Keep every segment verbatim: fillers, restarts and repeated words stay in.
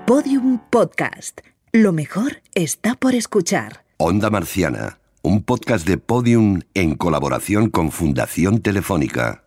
Podium Podcast. Lo mejor está por escuchar. Onda Marciana, un podcast de Podium en colaboración con Fundación Telefónica.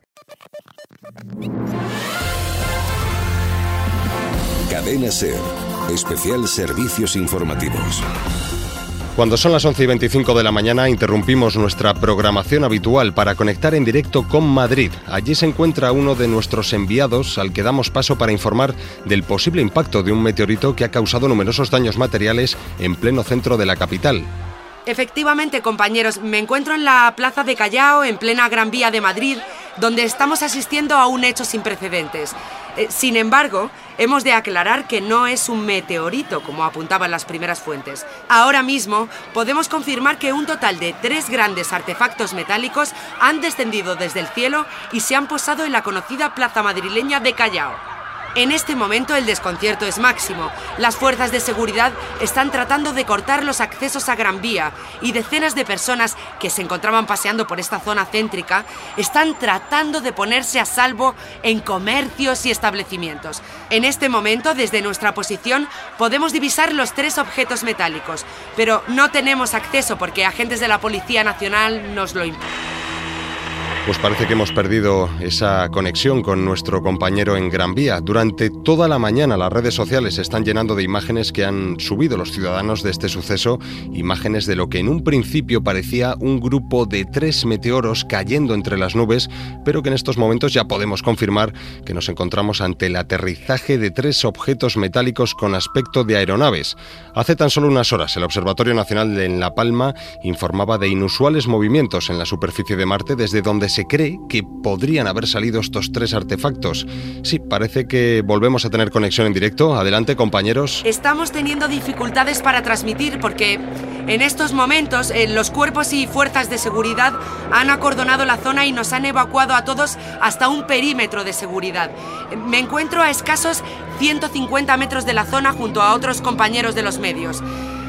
Cadena SER, especial servicios informativos. Cuando son las once y veinticinco de la mañana, interrumpimos nuestra programación habitual para conectar en directo con Madrid. Allí se encuentra uno de nuestros enviados, al que damos paso para informar del posible impacto de un meteorito que ha causado numerosos daños materiales en pleno centro de la capital. Efectivamente, compañeros, me encuentro en la Plaza de Callao, en plena Gran Vía de Madrid, donde estamos asistiendo a un hecho sin precedentes. Eh, sin embargo, hemos de aclarar que no es un meteorito, como apuntaban las primeras fuentes. Ahora mismo podemos confirmar que un total de tres grandes artefactos metálicos han descendido desde el cielo y se han posado en la conocida plaza madrileña de Callao. En este momento el desconcierto es máximo. Las fuerzas de seguridad están tratando de cortar los accesos a Gran Vía y decenas de personas que se encontraban paseando por esta zona céntrica están tratando de ponerse a salvo en comercios y establecimientos. En este momento, desde nuestra posición, podemos divisar los tres objetos metálicos, pero no tenemos acceso porque agentes de la Policía Nacional nos lo impiden. Pues parece que hemos perdido esa conexión con nuestro compañero en Gran Vía. Durante toda la mañana las redes sociales se están llenando de imágenes que han subido los ciudadanos de este suceso, imágenes de lo que en un principio parecía un grupo de tres meteoros cayendo entre las nubes, pero que en estos momentos ya podemos confirmar que nos encontramos ante el aterrizaje de tres objetos metálicos con aspecto de aeronaves. Hace tan solo unas horas el Observatorio Nacional de La Palma informaba de inusuales movimientos en la superficie de Marte, desde donde se cree que podrían haber salido estos tres artefactos. Sí, parece que volvemos a tener conexión en directo. Adelante, compañeros. Estamos teniendo dificultades para transmitir porque en estos momentos eh, los cuerpos y fuerzas de seguridad han acordonado la zona y nos han evacuado a todos hasta un perímetro de seguridad. Me encuentro a escasos ciento cincuenta metros de la zona junto a otros compañeros de los medios.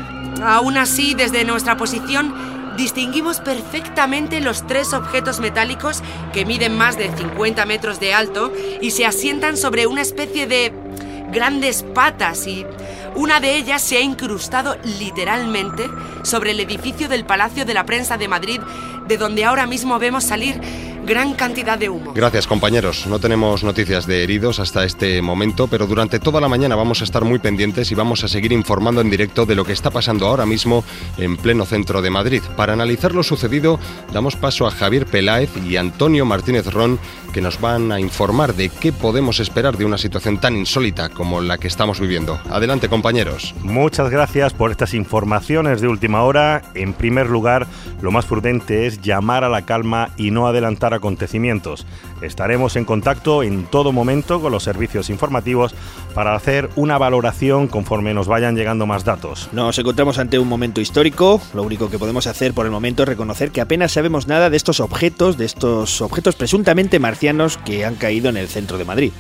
Aún así, desde nuestra posición distinguimos perfectamente los tres objetos metálicos que miden más de cincuenta metros de alto y se asientan sobre una especie de grandes patas, y una de ellas se ha incrustado literalmente sobre el edificio del Palacio de la Prensa de Madrid, de donde ahora mismo vemos salir gran cantidad de humo. Gracias, compañeros. No tenemos noticias de heridos hasta este momento, pero durante toda la mañana vamos a estar muy pendientes y vamos a seguir informando en directo de lo que está pasando ahora mismo en pleno centro de Madrid. Para analizar lo sucedido, damos paso a Javier Peláez y Antonio Martínez Ron, que nos van a informar de qué podemos esperar de una situación tan insólita como la que estamos viviendo. Adelante, compañeros. Muchas gracias por estas informaciones de última hora. En primer lugar, lo más prudente es llamar a la calma y no adelantar acontecimientos. Estaremos en contacto en todo momento con los servicios informativos para hacer una valoración conforme nos vayan llegando más datos. Nos encontramos ante un momento histórico. Lo único que podemos hacer por el momento es reconocer que apenas sabemos nada de estos objetos, de estos objetos presuntamente marcianos que han caído en el centro de Madrid.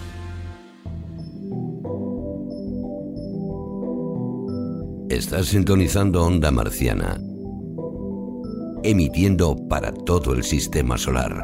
Estás sintonizando Onda Marciana, emitiendo para todo el sistema solar.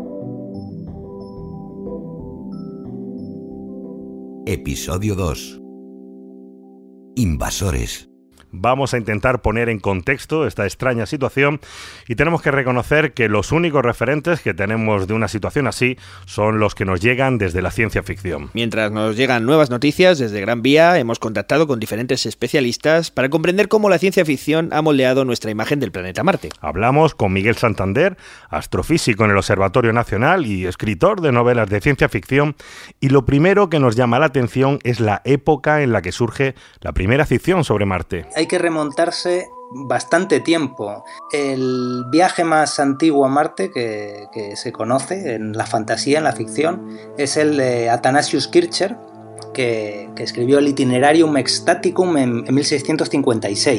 Episodio dos. Invasores. Vamos a intentar poner en contexto esta extraña situación y tenemos que reconocer que los únicos referentes que tenemos de una situación así son los que nos llegan desde la ciencia ficción. Mientras nos llegan nuevas noticias desde Gran Vía, hemos contactado con diferentes especialistas para comprender cómo la ciencia ficción ha moldeado nuestra imagen del planeta Marte. Hablamos con Miguel Santander, astrofísico en el Observatorio Nacional y escritor de novelas de ciencia ficción, y lo primero que nos llama la atención es la época en la que surge la primera ficción sobre Marte. Hay que remontarse bastante tiempo. El viaje más antiguo a Marte que, que se conoce en la fantasía, en la ficción, es el de Athanasius Kircher, que, que escribió el Itinerarium Ecstaticum en, en mil seiscientos cincuenta y seis.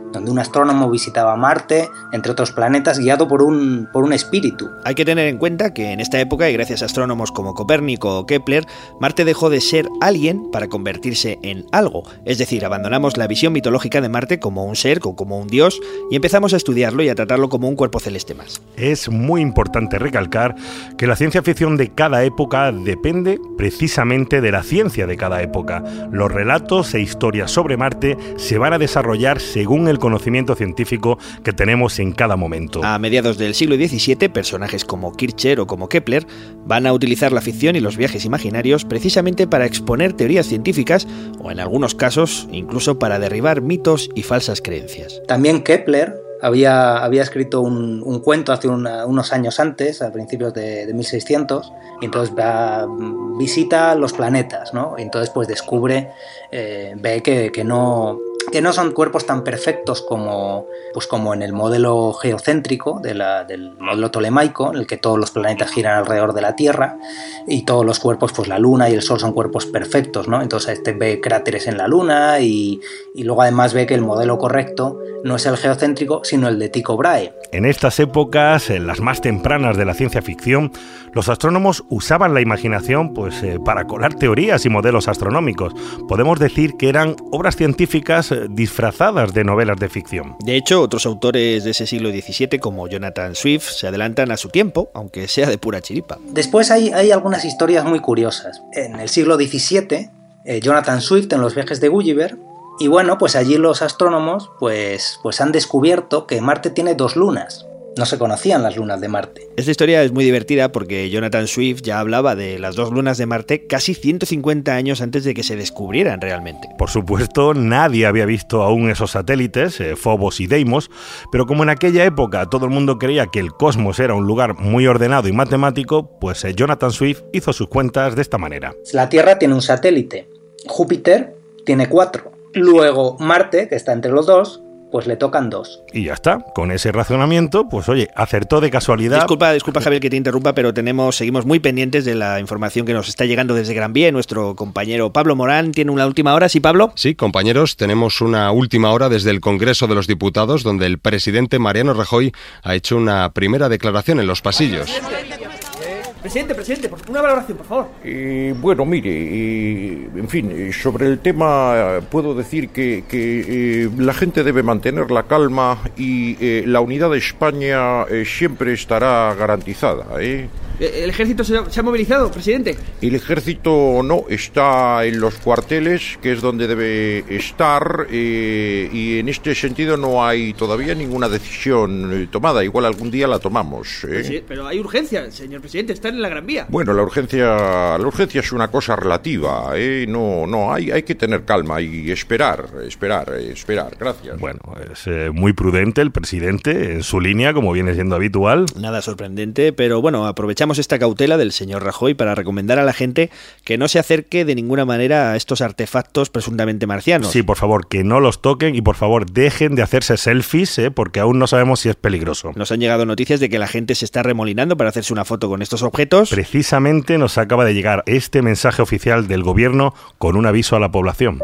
donde un astrónomo visitaba Marte, entre otros planetas, guiado por un, por un espíritu. Hay que tener en cuenta que en esta época, y gracias a astrónomos como Copérnico o Kepler, Marte dejó de ser alguien para convertirse en algo. Es decir, abandonamos la visión mitológica de Marte como un ser o como un dios y empezamos a estudiarlo y a tratarlo como un cuerpo celeste más. Es muy importante recalcar que la ciencia ficción de cada época depende precisamente de la ciencia de cada época. Los relatos e historias sobre Marte se van a desarrollar según el conocimiento científico que tenemos en cada momento. A mediados del siglo diecisiete, personajes como Kircher o como Kepler van a utilizar la ficción y los viajes imaginarios precisamente para exponer teorías científicas o, en algunos casos, incluso para derribar mitos y falsas creencias. También Kepler había, había escrito un, un cuento hace una, unos años antes, a principios de, de mil seiscientos, y entonces va, visita los planetas, ¿no? Y entonces pues descubre, eh, ve que, que no... que no son cuerpos tan perfectos como, pues como en el modelo geocéntrico de la, del modelo tolemaico, en el que todos los planetas giran alrededor de la Tierra y todos los cuerpos, pues la Luna y el Sol son cuerpos perfectos, ¿no? Entonces este ve cráteres en la Luna y, y luego además ve que el modelo correcto no es el geocéntrico, sino el de Tycho Brahe. En estas épocas, en las más tempranas de la ciencia ficción, los astrónomos usaban la imaginación pues, eh, para colar teorías y modelos astronómicos. Podemos decir que eran obras científicas eh, disfrazadas de novelas de ficción. De hecho, otros autores de ese siglo diecisiete, como Jonathan Swift, se adelantan a su tiempo, aunque sea de pura chiripa. Después hay, hay algunas historias muy curiosas. En el siglo diecisiete, eh, Jonathan Swift, en los viajes de Gulliver, y bueno, pues allí los astrónomos pues, pues han descubierto que Marte tiene dos lunas. No se conocían las lunas de Marte. Esta historia es muy divertida porque Jonathan Swift ya hablaba de las dos lunas de Marte casi ciento cincuenta años antes de que se descubrieran realmente. Por supuesto, nadie había visto aún esos satélites, eh, Phobos y Deimos, pero como en aquella época todo el mundo creía que el cosmos era un lugar muy ordenado y matemático, pues eh, Jonathan Swift hizo sus cuentas de esta manera. La Tierra tiene un satélite, Júpiter tiene cuatro. Luego Marte, que está entre los dos, pues le tocan dos. Y ya está, con ese razonamiento, pues oye, acertó de casualidad. Disculpa, disculpa Javier que te interrumpa, pero tenemos, seguimos muy pendientes de la información que nos está llegando desde Gran Vía. Nuestro compañero Pablo Morán tiene una última hora, ¿sí, Pablo? Sí, compañeros, tenemos una última hora desde el Congreso de los Diputados, donde el presidente Mariano Rajoy ha hecho una primera declaración en los pasillos. Presidente, presidente, una valoración, por favor. Eh, bueno, mire, eh, en fin, sobre el tema puedo decir que, que eh, la gente debe mantener la calma y eh, la unidad de España eh, siempre estará garantizada, ¿eh? ¿El ejército se ha movilizado, presidente? El ejército no, está en los cuarteles, que es donde debe estar, eh, y en este sentido no hay todavía ninguna decisión tomada. Igual algún día la tomamos, ¿eh? Sí, pero hay urgencia, señor presidente, están en la Gran Vía. Bueno, la urgencia, la urgencia es una cosa relativa, ¿eh? No, no, hay, hay que tener calma y esperar, esperar, esperar. Gracias. Bueno, es eh, muy prudente el presidente en su línea, como viene siendo habitual. Nada sorprendente, pero bueno, aprovechamos esta cautela del señor Rajoy para recomendar a la gente que no se acerque de ninguna manera a estos artefactos presuntamente marcianos. Sí, por favor, que no los toquen y por favor dejen de hacerse selfies, ¿eh? Porque aún no sabemos si es peligroso. Nos han llegado noticias de que la gente se está remolinando para hacerse una foto con estos objetos. Precisamente nos acaba de llegar este mensaje oficial del gobierno con un aviso a la población.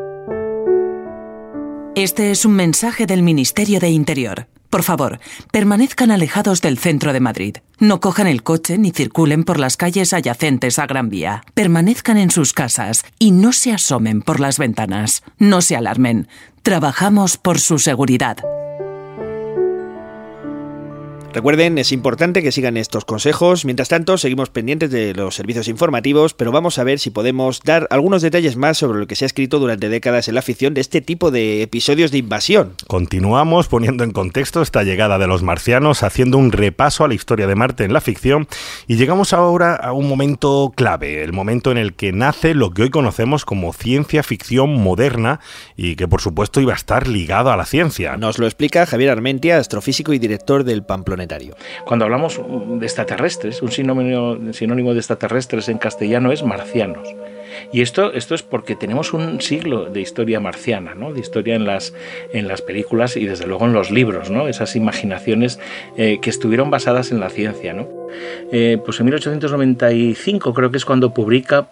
Este es un mensaje del Ministerio de Interior. Por favor, permanezcan alejados del centro de Madrid. No cojan el coche ni circulen por las calles adyacentes a Gran Vía. Permanezcan en sus casas y no se asomen por las ventanas. No se alarmen. Trabajamos por su seguridad. Recuerden, es importante que sigan estos consejos. Mientras tanto, seguimos pendientes de los servicios informativos, pero vamos a ver si podemos dar algunos detalles más sobre lo que se ha escrito durante décadas en la ficción de este tipo de episodios de invasión. Continuamos poniendo en contexto esta llegada de los marcianos, haciendo un repaso a la historia de Marte en la ficción, y llegamos ahora a un momento clave, el momento en el que nace lo que hoy conocemos como ciencia ficción moderna y que por supuesto iba a estar ligado a la ciencia. Nos lo explica Javier Armentia, astrofísico y director del Pamplonetario. Cuando hablamos de extraterrestres, un sinónimo, sinónimo de extraterrestres en castellano es marcianos. Y esto, esto es porque tenemos un siglo de historia marciana, ¿no? De historia en las, en las películas y desde luego en los libros, ¿no? Esas imaginaciones eh, que estuvieron basadas en la ciencia, ¿no? Eh, pues en mil ochocientos noventa y cinco creo que es cuando publica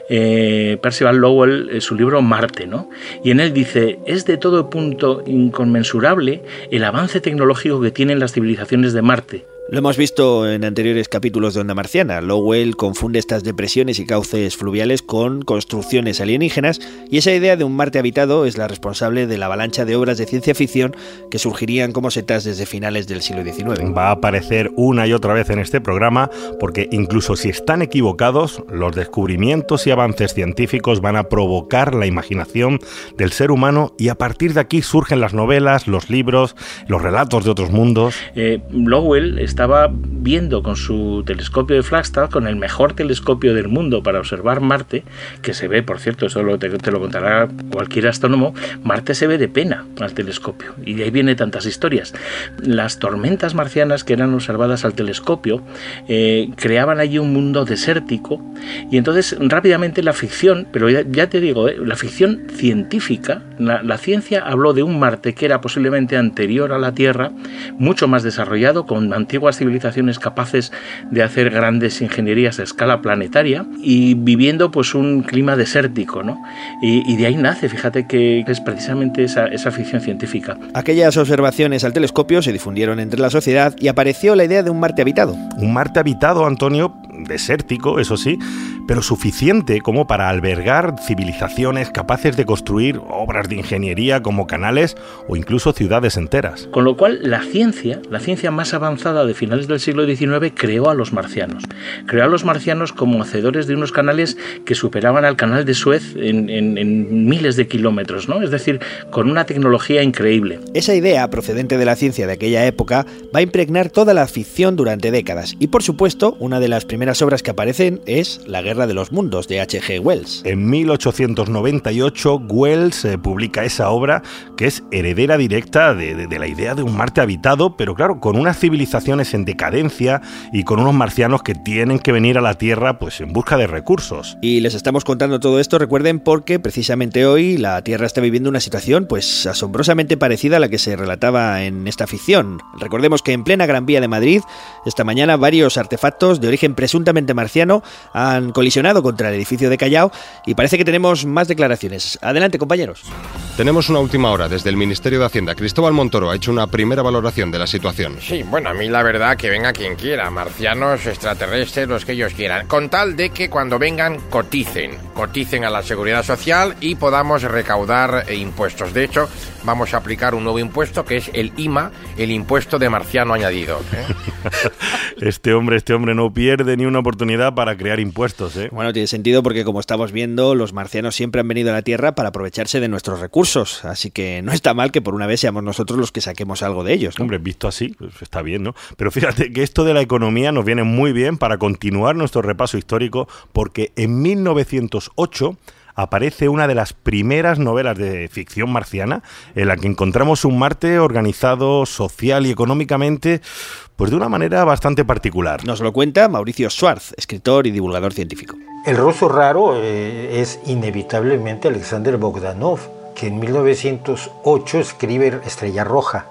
eh, Percival Lowell eh, su libro Marte, ¿no? Y en él dice: es de todo punto inconmensurable el avance tecnológico que tienen las civilizaciones de Marte. Lo hemos visto en anteriores capítulos de Onda Marciana. Lowell confunde estas depresiones y cauces fluviales con construcciones alienígenas, y esa idea de un Marte habitado es la responsable de la avalancha de obras de ciencia ficción que surgirían como setas desde finales del siglo diecinueve. Va a aparecer una y otra vez en este programa porque incluso si están equivocados, los descubrimientos y avances científicos van a provocar la imaginación del ser humano, y a partir de aquí surgen las novelas, los libros, los relatos de otros mundos. Eh, Lowell estaba viendo con su telescopio de Flagstaff, con el mejor telescopio del mundo para observar Marte, que se ve, por cierto, eso lo, te, te lo contará cualquier astrónomo, Marte se ve de pena al telescopio, y de ahí vienen tantas historias. Las tormentas marcianas que eran observadas al telescopio eh, creaban allí un mundo desértico, y entonces rápidamente la ficción, pero ya, ya te digo, eh, la ficción científica, la, la ciencia habló de un Marte que era posiblemente anterior a la Tierra, mucho más desarrollado, con antiguas civilizaciones capaces de hacer grandes ingenierías a escala planetaria y viviendo pues un clima desértico, ¿no? Y, y de ahí nace, fíjate que es precisamente esa, esa ficción científica. Aquellas observaciones al telescopio se difundieron entre la sociedad y apareció la idea de un Marte habitado. Un Marte habitado, Antonio, desértico, eso sí, pero suficiente como para albergar civilizaciones capaces de construir obras de ingeniería como canales o incluso ciudades enteras. Con lo cual la ciencia, la ciencia más avanzada de finales del siglo diecinueve, creó a los marcianos. Creó a los marcianos como hacedores de unos canales que superaban al canal de Suez en, en, en miles de kilómetros, ¿no? Es decir, con una tecnología increíble. Esa idea, procedente de la ciencia de aquella época, va a impregnar toda la ficción durante décadas. Y por supuesto, una de las primeras obras que aparecen es La Guerra de los Mundos, de H G Wells. En mil ochocientos noventa y ocho, Wells eh, publica esa obra que es heredera directa de, de, de la idea de un Marte habitado, pero claro, con unas civilizaciones en decadencia y con unos marcianos que tienen que venir a la Tierra pues en busca de recursos. Y les estamos contando todo esto, recuerden, porque precisamente hoy la Tierra está viviendo una situación pues asombrosamente parecida a la que se relataba en esta ficción. Recordemos que en plena Gran Vía de Madrid, esta mañana varios artefactos de origen presuntamente marciano han colisionado contra el edificio de Callao y parece que tenemos más declaraciones. Adelante, compañeros. Tenemos una última hora desde el Ministerio de Hacienda. Cristóbal Montoro ha hecho una primera valoración de la situación. Sí, bueno, a mí la verdad que venga quien quiera, marcianos, extraterrestres, los que ellos quieran, con tal de que cuando vengan coticen, coticen a la Seguridad Social y podamos recaudar impuestos. De hecho, vamos a aplicar un nuevo impuesto que es el I M A, el impuesto de marciano añadido, ¿eh? Este hombre, este hombre no pierde ni una oportunidad para crear impuestos, ¿eh? Bueno, tiene sentido porque, como estamos viendo, los marcianos siempre han venido a la Tierra para aprovecharse de nuestros recursos, así que no está mal que por una vez seamos nosotros los que saquemos algo de ellos, ¿no? Hombre, visto así, pues está bien, ¿no? Pero fíjate que esto de la economía nos viene muy bien para continuar nuestro repaso histórico, porque en mil novecientos ocho aparece una de las primeras novelas de ficción marciana en la que encontramos un Marte organizado social y económicamente pues de una manera bastante particular. Nos lo cuenta Mauricio Schwartz, escritor y divulgador científico. El ruso raro eh, es inevitablemente Alexander Bogdanov, que en mil novecientos ocho escribe Estrella Roja.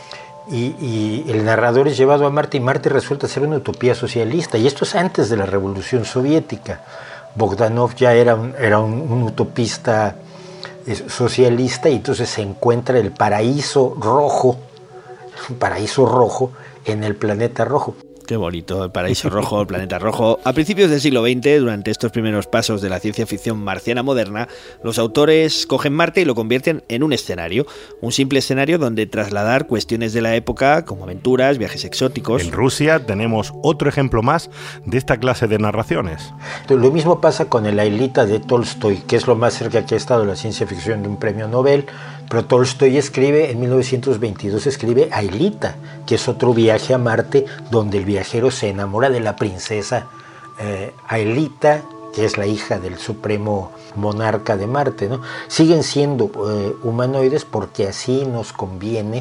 Y, y el narrador es llevado a Marte y Marte resulta ser una utopía socialista. Y esto es antes de la Revolución Soviética. Bogdanov ya era un, era un, un utopista eh, socialista y entonces se encuentra el paraíso rojo, un paraíso rojo en el planeta rojo. Qué bonito, el paraíso rojo, el planeta rojo. A principios del siglo veinte, durante estos primeros pasos de la ciencia ficción marciana moderna, los autores cogen Marte y lo convierten en un escenario. Un simple escenario donde trasladar cuestiones de la época, como aventuras, viajes exóticos. En Rusia tenemos otro ejemplo más de esta clase de narraciones. Lo mismo pasa con el Aelita de Tolstoy, que es lo más cerca que ha estado la ciencia ficción de un premio Nobel. Pero Tolstoy escribe, en mil novecientos veintidós escribe Aelita, que es otro viaje a Marte donde el viajero se enamora de la princesa eh, Aelita, que es la hija del supremo monarca de Marte, ¿no? Siguen siendo eh, humanoides porque así nos conviene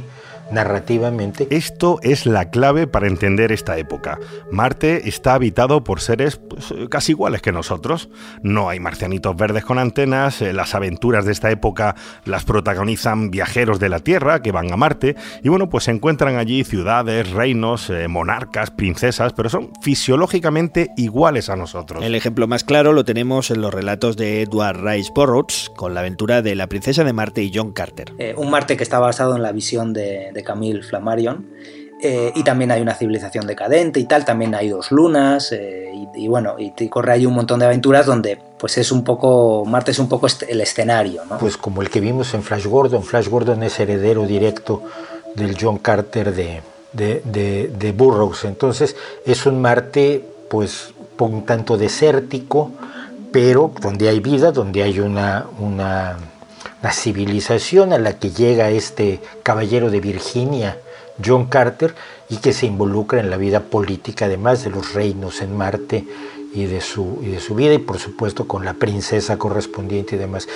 narrativamente. Esto es la clave para entender esta época. Marte está habitado por seres pues, casi iguales que nosotros. No hay marcianitos verdes con antenas, eh, las aventuras de esta época las protagonizan viajeros de la Tierra que van a Marte y bueno, pues se encuentran allí ciudades, reinos, eh, monarcas, princesas, pero son fisiológicamente iguales a nosotros. El ejemplo más claro lo tenemos en los relatos de Edward Rice Burroughs con la aventura de La princesa de Marte y John Carter. Eh, un Marte que está basado en la visión de, de Camille Flammarion. Eh, y también hay una civilización decadente y tal, también hay dos lunas eh, y, y bueno, y, y corre ahí un montón de aventuras donde pues es un poco, Marte es un poco est- el escenario, ¿no? Pues como el que vimos en Flash Gordon. Flash Gordon es heredero directo del John Carter de, de, de, de Burroughs, entonces es un Marte pues un tanto desértico, pero donde hay vida, donde hay una, una, una civilización a la que llega este caballero de Virginia, John Carter, y que se involucra en la vida política, además de los reinos en Marte y de su, y de su vida, y por supuesto con la princesa correspondiente y demás.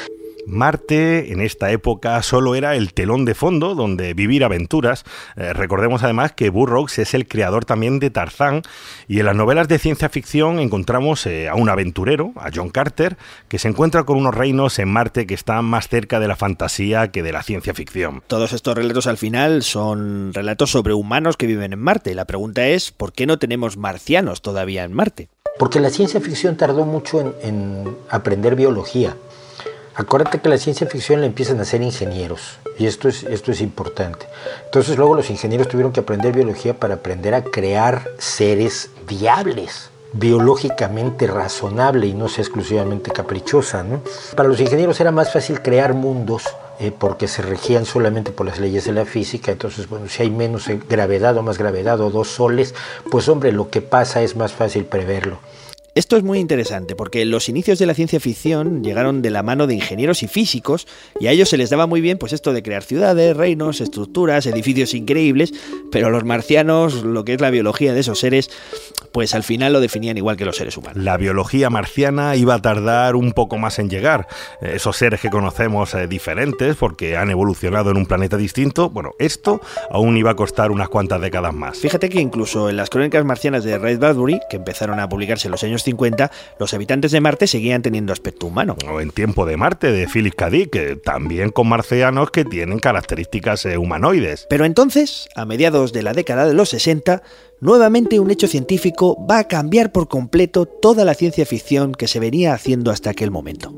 Marte en esta época solo era el telón de fondo donde vivir aventuras. Eh, recordemos además que Burroughs es el creador también de Tarzán y en las novelas de ciencia ficción encontramos eh, a un aventurero, a John Carter, que se encuentra con unos reinos en Marte que están más cerca de la fantasía que de la ciencia ficción. Todos estos relatos al final son relatos sobre humanos que viven en Marte. La pregunta es, ¿por qué no tenemos marcianos todavía en Marte? Porque la ciencia ficción tardó mucho en, en aprender biología. Acuérdate que la ciencia ficción la empiezan a hacer ingenieros, y esto es, esto es importante. Entonces luego los ingenieros tuvieron que aprender biología para aprender a crear seres viables, biológicamente razonable y no sea exclusivamente caprichosa, ¿no? Para los ingenieros era más fácil crear mundos eh, porque se regían solamente por las leyes de la física. Entonces, bueno, si hay menos gravedad o más gravedad o dos soles, pues hombre, lo que pasa es más fácil preverlo. Esto es muy interesante porque los inicios de la ciencia ficción llegaron de la mano de ingenieros y físicos y a ellos se les daba muy bien pues esto de crear ciudades, reinos, estructuras, edificios increíbles, pero los marcianos, lo que es la biología de esos seres, pues al final lo definían igual que los seres humanos. La biología marciana iba a tardar un poco más en llegar. Esos seres que conocemos eh, diferentes porque han evolucionado en un planeta distinto, bueno, esto aún iba a costar unas cuantas décadas más. Fíjate que incluso en las crónicas marcianas de Ray Bradbury, que empezaron a publicarse en los años cincuenta, los habitantes de Marte seguían teniendo aspecto humano. O en Tiempo de Marte, de Philip K. Dick, que también con marcianos que tienen características eh, humanoides. Pero entonces, a mediados de la década de los sesenta, nuevamente un hecho científico va a cambiar por completo toda la ciencia ficción que se venía haciendo hasta aquel momento.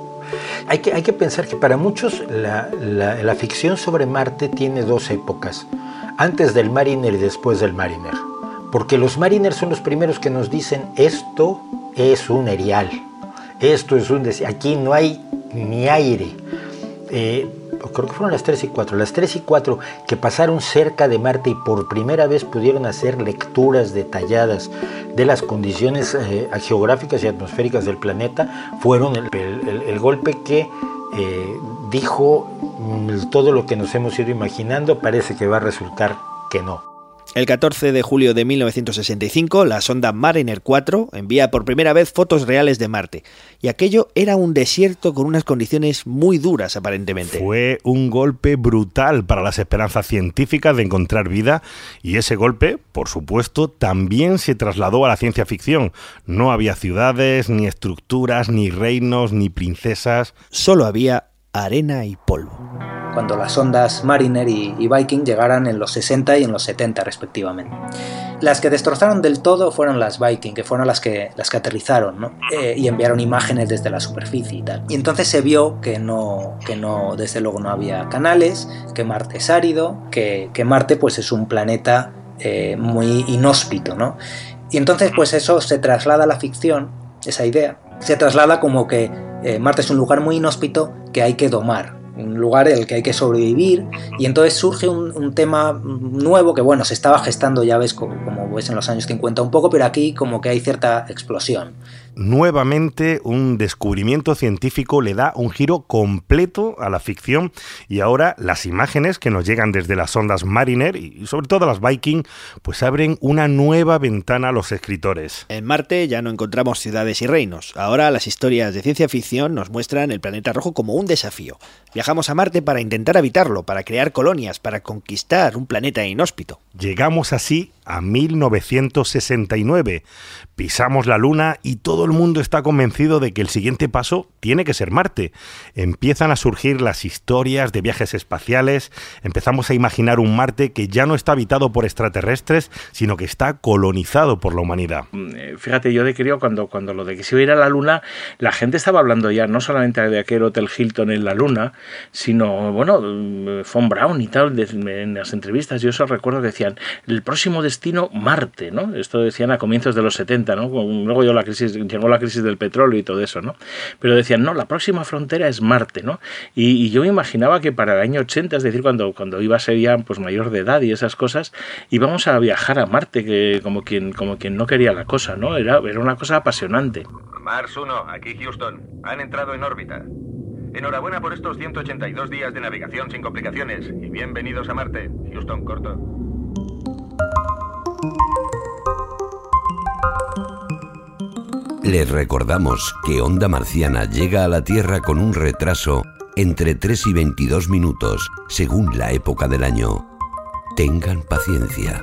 Hay que, hay que pensar que para muchos la, la, la ficción sobre Marte tiene dos épocas, antes del Mariner y después del Mariner. Porque los Mariners son los primeros que nos dicen esto es un erial, esto es un des- aquí no hay ni aire. Eh, creo que fueron las tres y cuatro, las tres y cuatro que pasaron cerca de Marte y por primera vez pudieron hacer lecturas detalladas de las condiciones eh, geográficas y atmosféricas del planeta, fueron el, el, el golpe que eh, dijo mm, todo lo que nos hemos ido imaginando, parece que va a resultar que no. El catorce de julio de mil novecientos sesenta y cinco, la sonda Mariner cuatro envía por primera vez fotos reales de Marte. Y aquello era un desierto con unas condiciones muy duras, aparentemente. Fue un golpe brutal para las esperanzas científicas de encontrar vida. Y ese golpe, por supuesto, también se trasladó a la ciencia ficción. No había ciudades, ni estructuras, ni reinos, ni princesas. Solo había arena y polvo. Cuando las sondas Mariner y, y Viking llegaran en los sesenta y en los setenta respectivamente. Las que destrozaron del todo fueron las Viking, que fueron las que, las que aterrizaron, ¿no? Eh, y enviaron imágenes desde la superficie y tal. Y entonces se vio que no, que no, desde luego no había canales, que Marte es árido, que, que Marte pues es un planeta eh, muy inhóspito, ¿no? Y entonces pues eso se traslada a la ficción, esa idea, se traslada como que eh, Marte es un lugar muy inhóspito que hay que domar, un lugar en el que hay que sobrevivir, y entonces surge un, un tema nuevo que bueno, se estaba gestando, ya ves, como, como ves en los años cincuenta un poco, pero aquí como que hay cierta explosión. nuevamente un descubrimiento científico le da un giro completo a la ficción y ahora las imágenes que nos llegan desde las sondas Mariner y sobre todo las Viking pues abren una nueva ventana a los escritores. En Marte ya no encontramos ciudades y reinos. Ahora las historias de ciencia ficción nos muestran el planeta rojo como un desafío. Viajamos a Marte para intentar habitarlo, para crear colonias, para conquistar un planeta inhóspito. Llegamos así a mil novecientos sesenta y nueve. Pisamos la Luna y todo el mundo está convencido de que el siguiente paso tiene que ser Marte. Empiezan a surgir las historias de viajes espaciales, empezamos a imaginar un Marte que ya no está habitado por extraterrestres, sino que está colonizado por la humanidad. Fíjate, yo de crío, cuando, cuando lo de que se iba a ir a la Luna, la gente estaba hablando ya no solamente de aquel Hotel Hilton en la Luna, sino, bueno, Von Braun y tal, de, en las entrevistas, yo eso recuerdo que decían, el próximo destino, Marte, ¿no? Esto decían a comienzos de los setenta, ¿no? Luego yo la crisis, llegó la crisis del petróleo y todo eso, ¿no? Pero decían, no, la próxima frontera es Marte, ¿no? Y, y yo me imaginaba que para el año ochenta, es decir, cuando, cuando iba a ser ya pues, mayor de edad y esas cosas, íbamos a viajar a Marte, que como quien, como quien no quería la cosa, ¿no? Era, era una cosa apasionante. Mars uno, aquí Houston. Han entrado en órbita. Enhorabuena por estos ciento ochenta y dos días de navegación sin complicaciones y bienvenidos a Marte. Houston, corto. Les recordamos que Onda Marciana llega a la Tierra con un retraso entre tres y veintidós minutos, según la época del año. Tengan paciencia.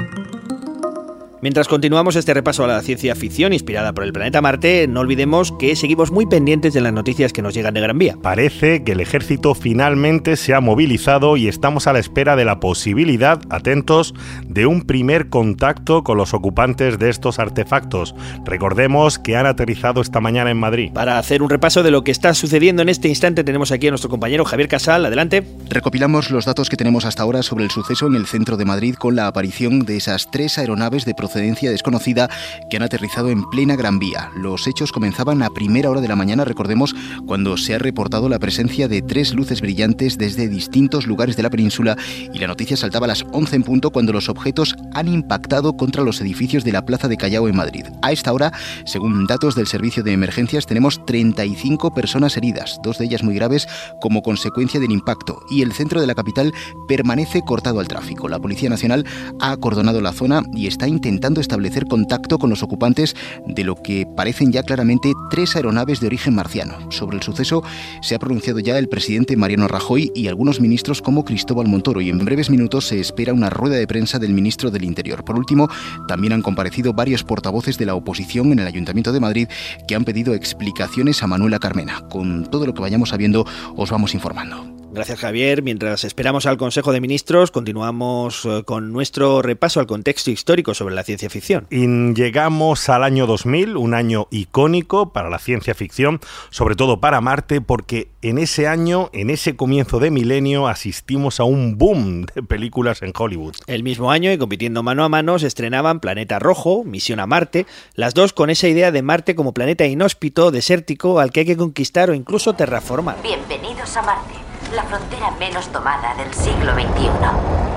Mientras continuamos este repaso a la ciencia ficción inspirada por el planeta Marte, no olvidemos que seguimos muy pendientes de las noticias que nos llegan de Gran Vía. Parece que el ejército finalmente se ha movilizado y estamos a la espera de la posibilidad, atentos, de un primer contacto con los ocupantes de estos artefactos. Recordemos que han aterrizado esta mañana en Madrid. Para hacer un repaso de lo que está sucediendo en este instante tenemos aquí a nuestro compañero Javier Casal. Adelante. Recopilamos los datos que tenemos hasta ahora sobre el suceso en el centro de Madrid con la aparición de esas tres aeronaves de procedencia desconocida que han aterrizado en plena Gran Vía. Los hechos comenzaban a primera hora de la mañana, recordemos, cuando se ha reportado la presencia de tres luces brillantes desde distintos lugares de la península y la noticia saltaba a las once en punto cuando los objetos han impactado contra los edificios de la Plaza de Callao en Madrid. A esta hora, según datos del servicio de emergencias, tenemos treinta y cinco personas heridas, dos de ellas muy graves como consecuencia del impacto, y el centro de la capital permanece cortado al tráfico. La Policía Nacional ha acordonado la zona y está intentando establecer contacto con los ocupantes de lo que parecen ya claramente tres aeronaves de origen marciano. Sobre el suceso se ha pronunciado ya el presidente Mariano Rajoy y algunos ministros como Cristóbal Montoro, y en breves minutos se espera una rueda de prensa del ministro del Interior. Por último, también han comparecido varios portavoces de la oposición en el Ayuntamiento de Madrid que han pedido explicaciones a Manuela Carmena. Con todo lo que vayamos sabiendo os vamos informando. Gracias, Javier. Mientras esperamos al Consejo de Ministros, continuamos con nuestro repaso al contexto histórico sobre la ciencia ficción. Y llegamos al año dos mil, un año icónico para la ciencia ficción, sobre todo para Marte, porque en ese año, en ese comienzo de milenio, asistimos a un boom de películas en Hollywood. El mismo año, y compitiendo mano a mano, se estrenaban Planeta Rojo, Misión a Marte, las dos con esa idea de Marte como planeta inhóspito, desértico, al que hay que conquistar o incluso terraformar. Bienvenidos a Marte, la frontera menos tomada del siglo veintiuno.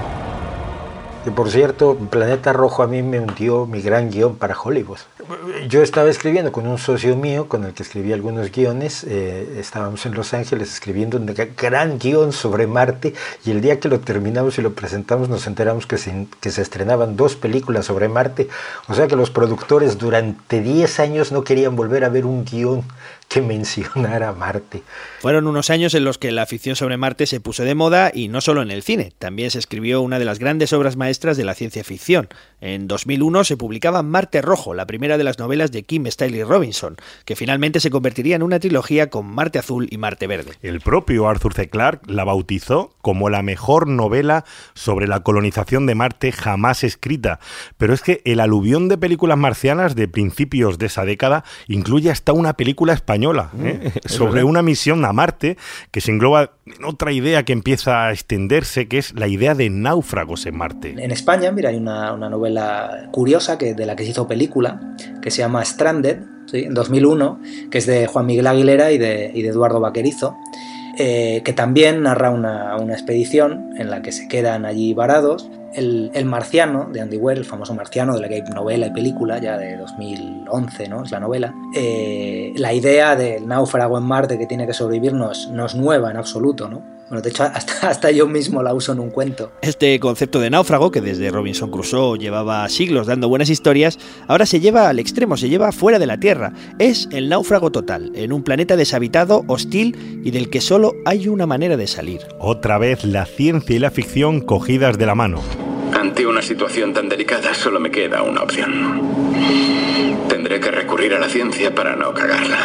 Que por cierto, Planeta Rojo a mí me hundió mi gran guión para Hollywood. Yo estaba escribiendo con un socio mío, con el que escribí algunos guiones, eh, estábamos en Los Ángeles escribiendo un gran guión sobre Marte, y el día que lo terminamos y lo presentamos nos enteramos que se, que se estrenaban dos películas sobre Marte, o sea que los productores durante diez años no querían volver a ver un guión que mencionara Marte. Fueron unos años en los que la ficción sobre Marte se puso de moda, y no solo en el cine, también se escribió una de las grandes obras maestras de la ciencia ficción. En dos mil uno se publicaba Marte Rojo, la primera de las novelas de Kim Stanley Robinson, que finalmente se convertiría en una trilogía con Marte Azul y Marte Verde. El propio Arthur C. Clarke la bautizó como la mejor novela sobre la colonización de Marte jamás escrita, pero es que el aluvión de películas marcianas de principios de esa década incluye hasta una película española ¿eh? mm, sobre verdad. Una misión a Marte que se engloba en otra idea que empieza a extenderse, que es la idea de náufragos en Marte. En España, mira, hay una, una novela curiosa que, de la que se hizo película, que se llama Stranded, ¿sí? En dos mil uno, que es de Juan Miguel Aguilera y de, y de Eduardo Vaquerizo, eh, que también narra una, una expedición en la que se quedan allí varados el, el Marciano, de Andy Weir, el famoso Marciano, de la que hay novela y película, ya de dos mil once, ¿no? Es la novela. Eh, la idea del náufrago en Marte que tiene que sobrevivir no es, no es nueva en absoluto, ¿no? Bueno, de hecho, hasta, hasta yo mismo la uso en un cuento. Este concepto de náufrago, que desde Robinson Crusoe llevaba siglos dando buenas historias, ahora se lleva al extremo, se lleva fuera de la Tierra. Es el náufrago total, en un planeta deshabitado, hostil y del que solo hay una manera de salir. Otra vez la ciencia y la ficción cogidas de la mano. Ante una situación tan delicada solo me queda una opción. Tendré que recurrir a la ciencia para no cagarla.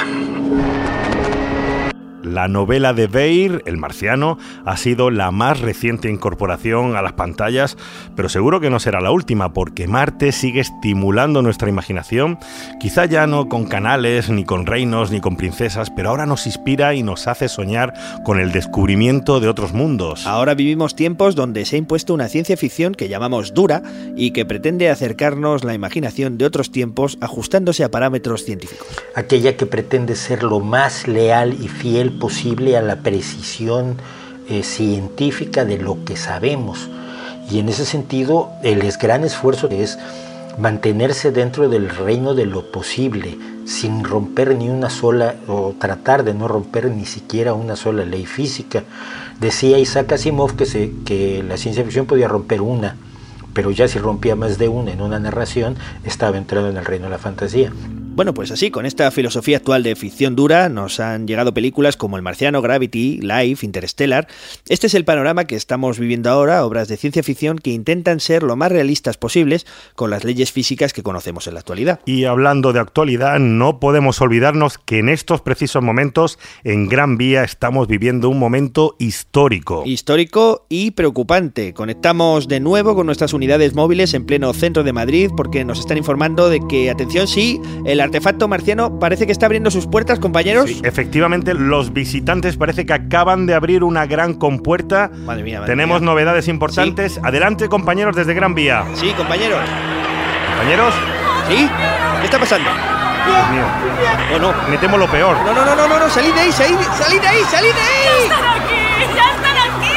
La novela de Weir, El Marciano, ha sido la más reciente incorporación a las pantallas, pero seguro que no será la última, porque Marte sigue estimulando nuestra imaginación, quizá ya no con canales, ni con reinos, ni con princesas, pero ahora nos inspira y nos hace soñar con el descubrimiento de otros mundos. Ahora vivimos tiempos donde se ha impuesto una ciencia ficción que llamamos dura y que pretende acercarnos la imaginación de otros tiempos ajustándose a parámetros científicos. Aquella que pretende ser lo más leal y fiel posible a la precisión eh, científica de lo que sabemos, y en ese sentido el gran esfuerzo es mantenerse dentro del reino de lo posible sin romper ni una sola, o tratar de no romper ni siquiera una sola ley física. Decía Isaac Asimov que, se, que la ciencia ficción podía romper una, pero ya si rompía más de una en una narración estaba entrando en el reino de la fantasía. Bueno, pues así, con esta filosofía actual de ficción dura, nos han llegado películas como El Marciano, Gravity, Life, Interstellar. Este es el panorama que estamos viviendo ahora, obras de ciencia ficción que intentan ser lo más realistas posibles con las leyes físicas que conocemos en la actualidad. Y hablando de actualidad, no podemos olvidarnos que en estos precisos momentos, en Gran Vía, estamos viviendo un momento histórico. Histórico y preocupante. Conectamos de nuevo con nuestras unidades móviles en pleno centro de Madrid porque nos están informando de que, atención, sí, el artefacto marciano parece que está abriendo sus puertas, compañeros. Sí, efectivamente, los visitantes parece que acaban de abrir una gran compuerta. Madre mía, madre Tenemos mía. novedades importantes. ¿Sí? Adelante, compañeros, desde Gran Vía. Sí, compañeros. ¿Compañeros? ¿Sí? ¿Qué está pasando? Dios mío. No, no. Me temo lo peor. No, no, no, no, no, no. Salid de ahí, salid, salid de ahí, salid de ahí. ¡Ya están aquí! ¡Ya están aquí!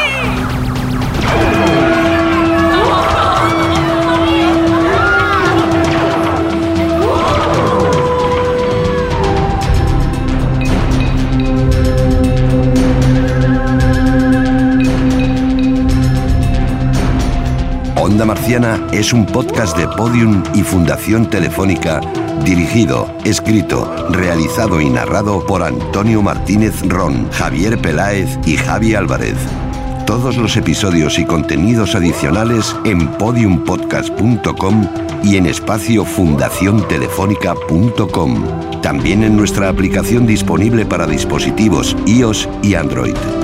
Onda Marciana es un podcast de Podium y Fundación Telefónica, dirigido, escrito, realizado y narrado por Antonio Martínez Ron, Javier Peláez y Javi Álvarez. Todos los episodios y contenidos adicionales en podium podcast punto com y en espacio fundación telefónica punto com. También en nuestra aplicación disponible para dispositivos iOS y Android.